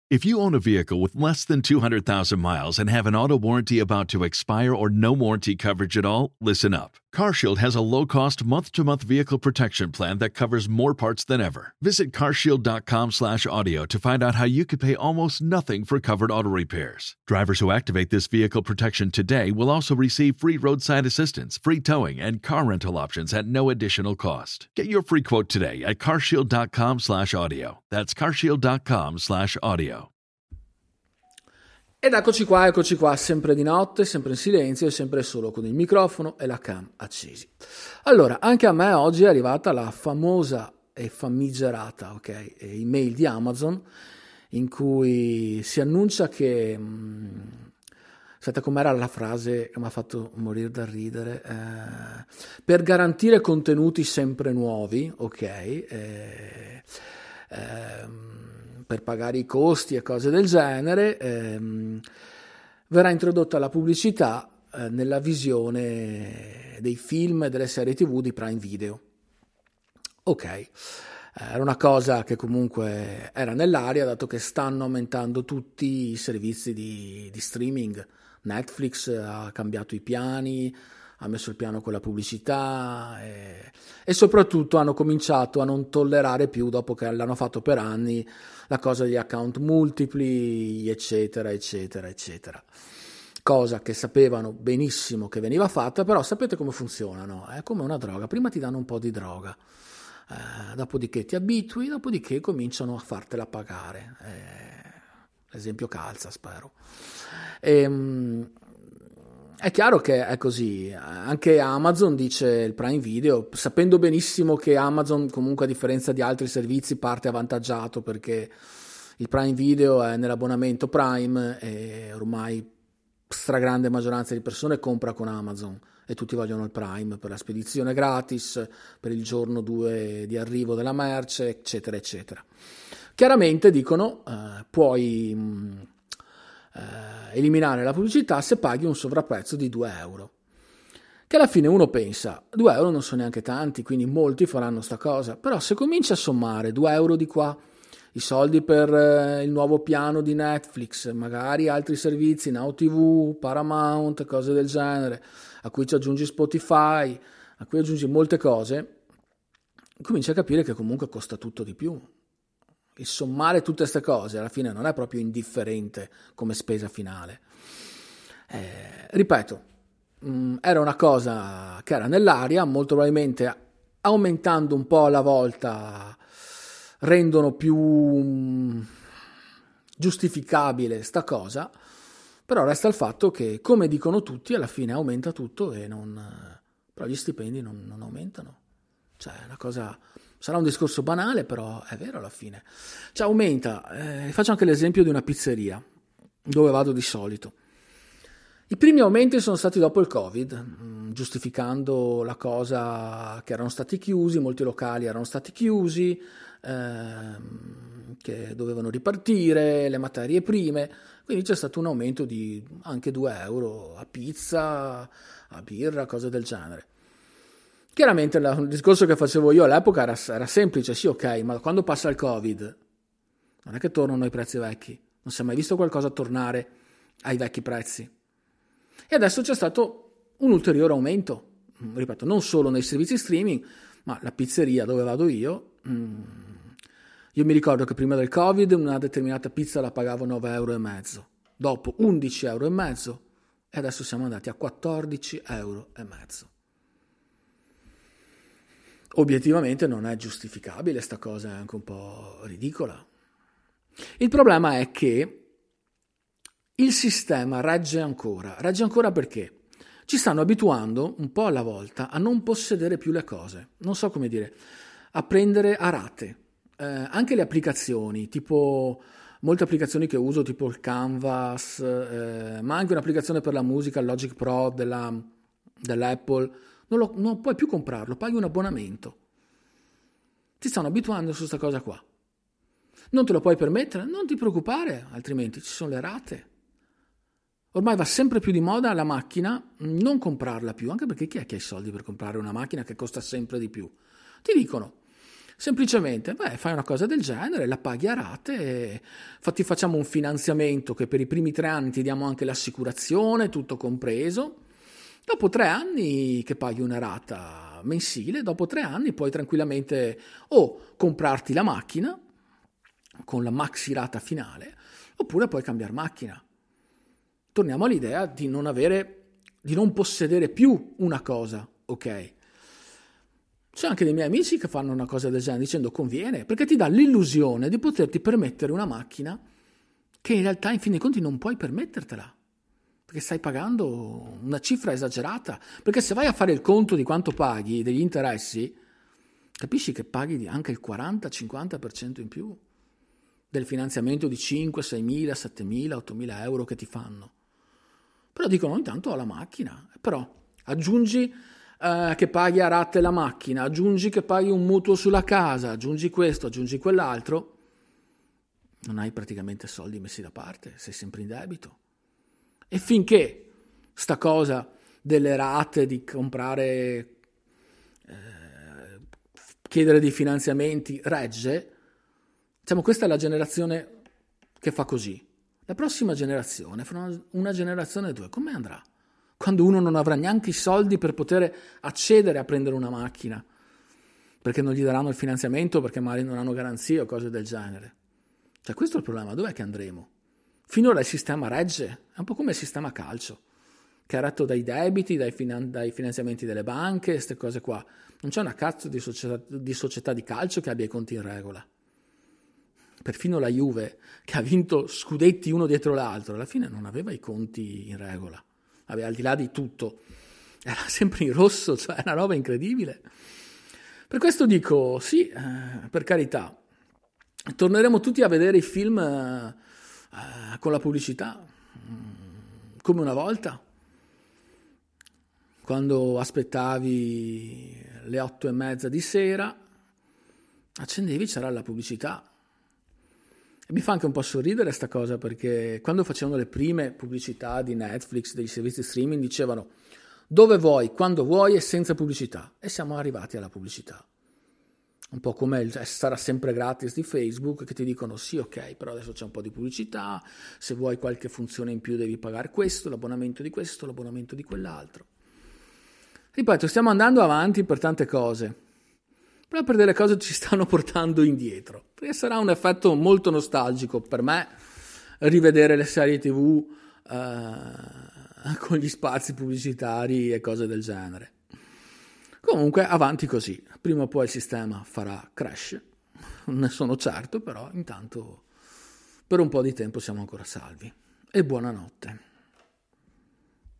If you own a vehicle with less than 200,000 miles and have an auto warranty about to expire or no warranty coverage at all, listen up. CarShield has a low-cost month-to-month vehicle protection plan that covers more parts than ever. Visit carshield.com/audio to find out how you could pay almost nothing for covered auto repairs. Drivers who activate this vehicle protection today will also receive free roadside assistance, free towing, and car rental options at no additional cost. Get your free quote today at carshield.com/audio. That's carshield.com/audio. Ed eccoci qua, sempre di notte, sempre in silenzio e sempre solo con il microfono e la cam accesi. Allora, anche a me oggi è arrivata la famosa e famigerata, email di Amazon in cui si annuncia che... Aspetta, com'era la frase che mi ha fatto morire da ridere? Per garantire contenuti sempre nuovi, per pagare i costi e cose del genere, verrà introdotta la pubblicità nella visione dei film e delle serie TV di Prime Video. Era una cosa che comunque era nell'aria, dato che stanno aumentando tutti i servizi di streaming. Netflix ha cambiato i piani, ha messo il piano con la pubblicità e soprattutto hanno cominciato a non tollerare più, dopo che l'hanno fatto per anni, la cosa degli account multipli, eccetera. Cosa che sapevano benissimo che veniva fatta, però sapete come funzionano? È come una droga, prima ti danno un po' di droga, dopodiché ti abitui, dopodiché cominciano a fartela pagare. L'esempio calza, spero. È chiaro che è così. Anche Amazon dice il Prime Video, sapendo benissimo che Amazon comunque, a differenza di altri servizi, parte avvantaggiato, perché il Prime Video è nell'abbonamento Prime e ormai stragrande maggioranza di persone compra con Amazon e tutti vogliono il Prime per la spedizione gratis, per il giorno 2 di arrivo della merce, eccetera. Chiaramente dicono puoi eliminare la pubblicità se paghi un sovrapprezzo di 2 euro, che alla fine uno pensa 2 euro non sono neanche tanti, quindi molti faranno sta cosa. Però se cominci a sommare 2 euro di qua, i soldi per il nuovo piano di Netflix, magari altri servizi, Now TV, Paramount, cose del genere, a cui ci aggiungi Spotify, a cui aggiungi molte cose, cominci a capire che comunque costa tutto di più. Il sommare tutte queste cose alla fine non è proprio indifferente come spesa finale. Ripeto, era una cosa che era nell'aria, molto probabilmente aumentando un po' alla volta rendono più giustificabile sta cosa, però resta il fatto che, come dicono tutti, alla fine aumenta tutto e però gli stipendi non aumentano. Cioè, è una cosa... Sarà un discorso banale, però è vero alla fine. Cioè, aumenta. Faccio anche l'esempio di una pizzeria, dove vado di solito. I primi aumenti sono stati dopo il Covid, giustificando la cosa che erano stati chiusi, molti locali erano stati chiusi, che dovevano ripartire, le materie prime. Quindi c'è stato un aumento di anche 2 euro a pizza, a birra, cose del genere. Chiaramente il discorso che facevo io all'epoca era semplice, sì, ok, ma quando passa il Covid non è che tornano i prezzi vecchi, non si è mai visto qualcosa tornare ai vecchi prezzi. E adesso c'è stato un ulteriore aumento, ripeto, non solo nei servizi streaming, ma la pizzeria dove vado io mi ricordo che prima del Covid una determinata pizza la pagavo 9,5 euro, dopo 11,5 euro e adesso siamo andati a 14,5 euro. Obiettivamente non è giustificabile, sta cosa è anche un po' ridicola. Il problema è che il sistema regge ancora perché ci stanno abituando un po' alla volta a non possedere più le cose, non so come dire, a prendere a rate. Anche le applicazioni, tipo molte applicazioni che uso, tipo il Canvas, ma anche un'applicazione per la musica, il Logic Pro dell'Apple, non puoi più comprarlo, paghi un abbonamento. Ti stanno abituando su questa cosa qua. Non te lo puoi permettere? Non ti preoccupare, altrimenti ci sono le rate. Ormai va sempre più di moda la macchina, non comprarla più, anche perché chi è che ha i soldi per comprare una macchina che costa sempre di più? Ti dicono, Semplicemente, fai una cosa del genere, la paghi a rate, ti facciamo un finanziamento che per i primi 3 anni ti diamo anche l'assicurazione, tutto compreso. Dopo 3 anni che paghi una rata mensile, dopo 3 anni puoi tranquillamente o comprarti la macchina con la maxi rata finale, oppure puoi cambiare macchina. Torniamo all'idea di non possedere più una cosa, ok? C'è anche dei miei amici che fanno una cosa del genere dicendo conviene, perché ti dà l'illusione di poterti permettere una macchina che in realtà in fin dei conti non puoi permettertela, perché stai pagando una cifra esagerata, perché se vai a fare il conto di quanto paghi, degli interessi, capisci che paghi anche il 40-50% in più del finanziamento di 5, 6.000, 7.000, 8.000 euro che ti fanno. Però dicono intanto ho la macchina, però aggiungi che paghi a rate la macchina, aggiungi che paghi un mutuo sulla casa, aggiungi questo, aggiungi quell'altro, non hai praticamente soldi messi da parte, sei sempre in debito. E finché sta cosa delle rate, di comprare, chiedere dei finanziamenti regge, diciamo questa è la generazione che fa così. La prossima generazione, fra una generazione o due, come andrà? Quando uno non avrà neanche i soldi per poter accedere a prendere una macchina, perché non gli daranno il finanziamento, perché magari non hanno garanzie o cose del genere. Cioè questo è il problema, dov'è che andremo? Finora il sistema regge, è un po' come il sistema calcio, che è retto dai debiti, dai finanziamenti delle banche, queste cose qua. Non c'è una cazzo di società di calcio che abbia i conti in regola. Perfino la Juve, che ha vinto scudetti uno dietro l'altro, alla fine non aveva i conti in regola. Vabbè, al di là di tutto, era sempre in rosso, cioè è una roba incredibile. Per questo dico, sì, per carità, torneremo tutti a vedere i film con la pubblicità, come una volta, quando aspettavi le 8:30 di sera, accendevi, c'era la pubblicità. E mi fa anche un po' sorridere sta cosa, perché quando facevano le prime pubblicità di Netflix, dei servizi streaming, dicevano dove vuoi, quando vuoi e senza pubblicità. E siamo arrivati alla pubblicità. Un po' come sarà sempre gratis di Facebook, che ti dicono sì, ok, però adesso c'è un po' di pubblicità, se vuoi qualche funzione in più devi pagare questo, l'abbonamento di questo, l'abbonamento di quell'altro. Ripeto, stiamo andando avanti per tante cose, però per delle cose ci stanno portando indietro, perché sarà un effetto molto nostalgico per me rivedere le serie TV con gli spazi pubblicitari e cose del genere. Comunque avanti così, prima o poi il sistema farà crash, non ne sono certo, però intanto per un po' di tempo siamo ancora salvi. E buonanotte.